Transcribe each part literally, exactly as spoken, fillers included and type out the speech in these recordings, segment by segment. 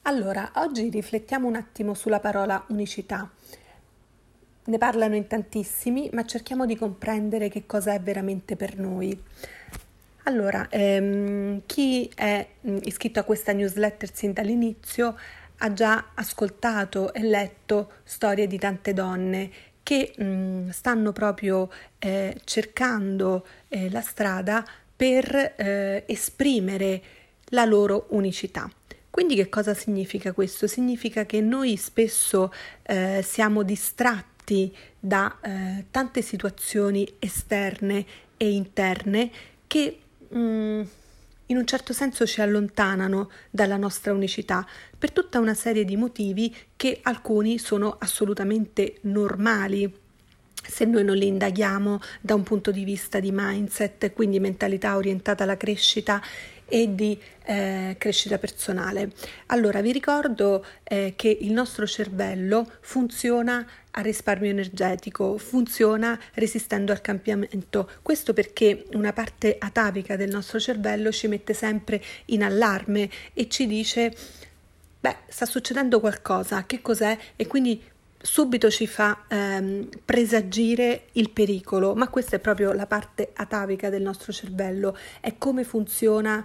Allora, oggi riflettiamo un attimo sulla parola unicità. Ne parlano in tantissimi, ma cerchiamo di comprendere che cosa è veramente per noi. Allora, ehm, chi è iscritto a questa newsletter sin dall'inizio ha già ascoltato e letto storie di tante donne che mh, stanno proprio eh, cercando eh, la strada per eh, esprimere la loro unicità. Quindi che cosa significa questo? Significa che noi spesso eh, siamo distratti da eh, tante situazioni esterne e interne che mh, in un certo senso ci allontanano dalla nostra unicità per tutta una serie di motivi che alcuni sono assolutamente normali se noi non li indaghiamo da un punto di vista di mindset, quindi mentalità orientata alla crescita e di eh, crescita personale. Allora vi ricordo eh, che il nostro cervello funziona a risparmio energetico, funziona resistendo al cambiamento. Questo perché una parte atavica del nostro cervello ci mette sempre in allarme e ci dice: beh, sta succedendo qualcosa, che cos'è? E quindi subito ci fa ehm, presagire il pericolo, ma questa è proprio la parte atavica del nostro cervello, è come funziona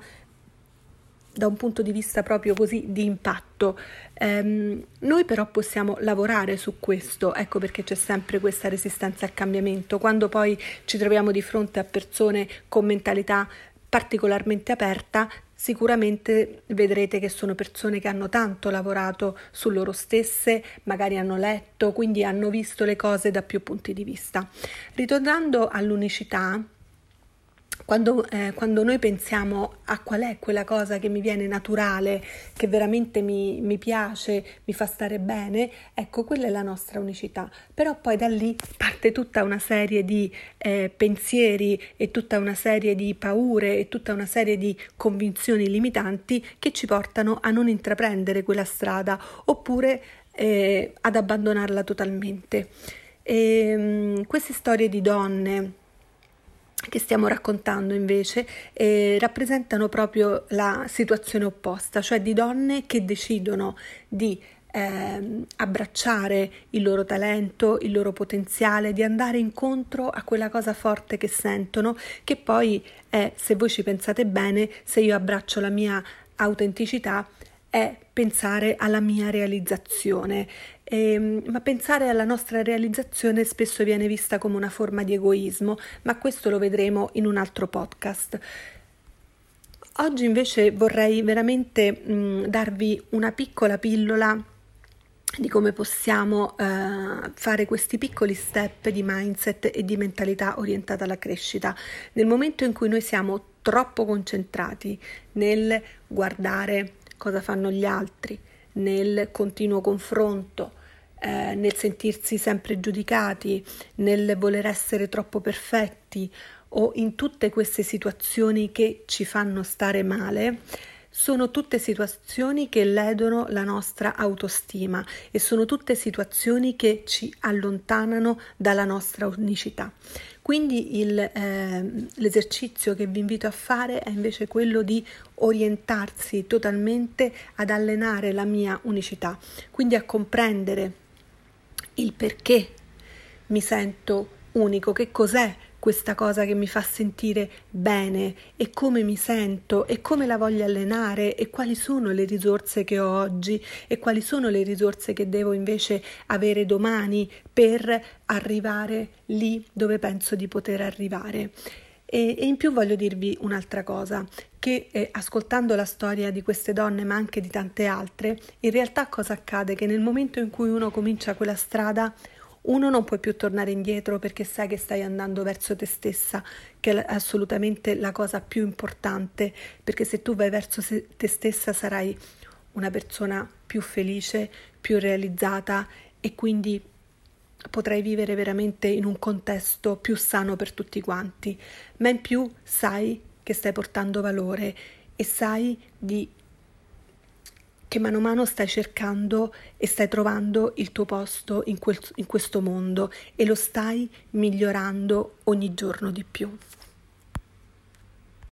da un punto di vista proprio così di impatto. Ehm, noi però possiamo lavorare su questo, ecco perché c'è sempre questa resistenza al cambiamento. Quando poi ci troviamo di fronte a persone con mentalità particolarmente aperta, sicuramente vedrete che sono persone che hanno tanto lavorato su loro stesse, magari hanno letto, quindi hanno visto le cose da più punti di vista. Ritornando all'unicità, Quando, eh, quando noi pensiamo a qual è quella cosa che mi viene naturale, che veramente mi, mi piace, mi fa stare bene, ecco, quella è la nostra unicità. Però poi da lì parte tutta una serie di eh, pensieri e tutta una serie di paure e tutta una serie di convinzioni limitanti che ci portano a non intraprendere quella strada oppure eh, ad abbandonarla totalmente. E, mh, queste storie di donne che stiamo raccontando invece eh, rappresentano proprio la situazione opposta, cioè di donne che decidono di eh, abbracciare il loro talento, il loro potenziale, di andare incontro a quella cosa forte che sentono, che poi è, se voi ci pensate bene, se io abbraccio la mia autenticità, è pensare alla mia realizzazione. Eh, ma pensare alla nostra realizzazione spesso viene vista come una forma di egoismo, ma questo lo vedremo in un altro podcast. Oggi invece vorrei veramente mh, darvi una piccola pillola di come possiamo eh, fare questi piccoli step di mindset e di mentalità orientata alla crescita. Nel momento in cui noi siamo troppo concentrati nel guardare cosa fanno gli altri, nel continuo confronto, eh, nel sentirsi sempre giudicati, nel voler essere troppo perfetti o in tutte queste situazioni che ci fanno stare male, sono tutte situazioni che ledono la nostra autostima e sono tutte situazioni che ci allontanano dalla nostra unicità. Quindi il, eh, l'esercizio che vi invito a fare è invece quello di orientarsi totalmente ad allenare la mia unicità, quindi a comprendere il perché mi sento unico, che cos'è questa cosa che mi fa sentire bene e come mi sento e come la voglio allenare e quali sono le risorse che ho oggi e quali sono le risorse che devo invece avere domani per arrivare lì dove penso di poter arrivare. E, e in più voglio dirvi un'altra cosa, che eh, ascoltando la storia di queste donne ma anche di tante altre, in realtà cosa accade? Che nel momento in cui uno comincia quella strada, uno non puoi più tornare indietro perché sai che stai andando verso te stessa, che è assolutamente la cosa più importante, perché se tu vai verso te stessa sarai una persona più felice, più realizzata e quindi potrai vivere veramente in un contesto più sano per tutti quanti, ma in più sai che stai portando valore e sai di che mano a mano stai cercando e stai trovando il tuo posto in, quel, in questo mondo e lo stai migliorando ogni giorno di più.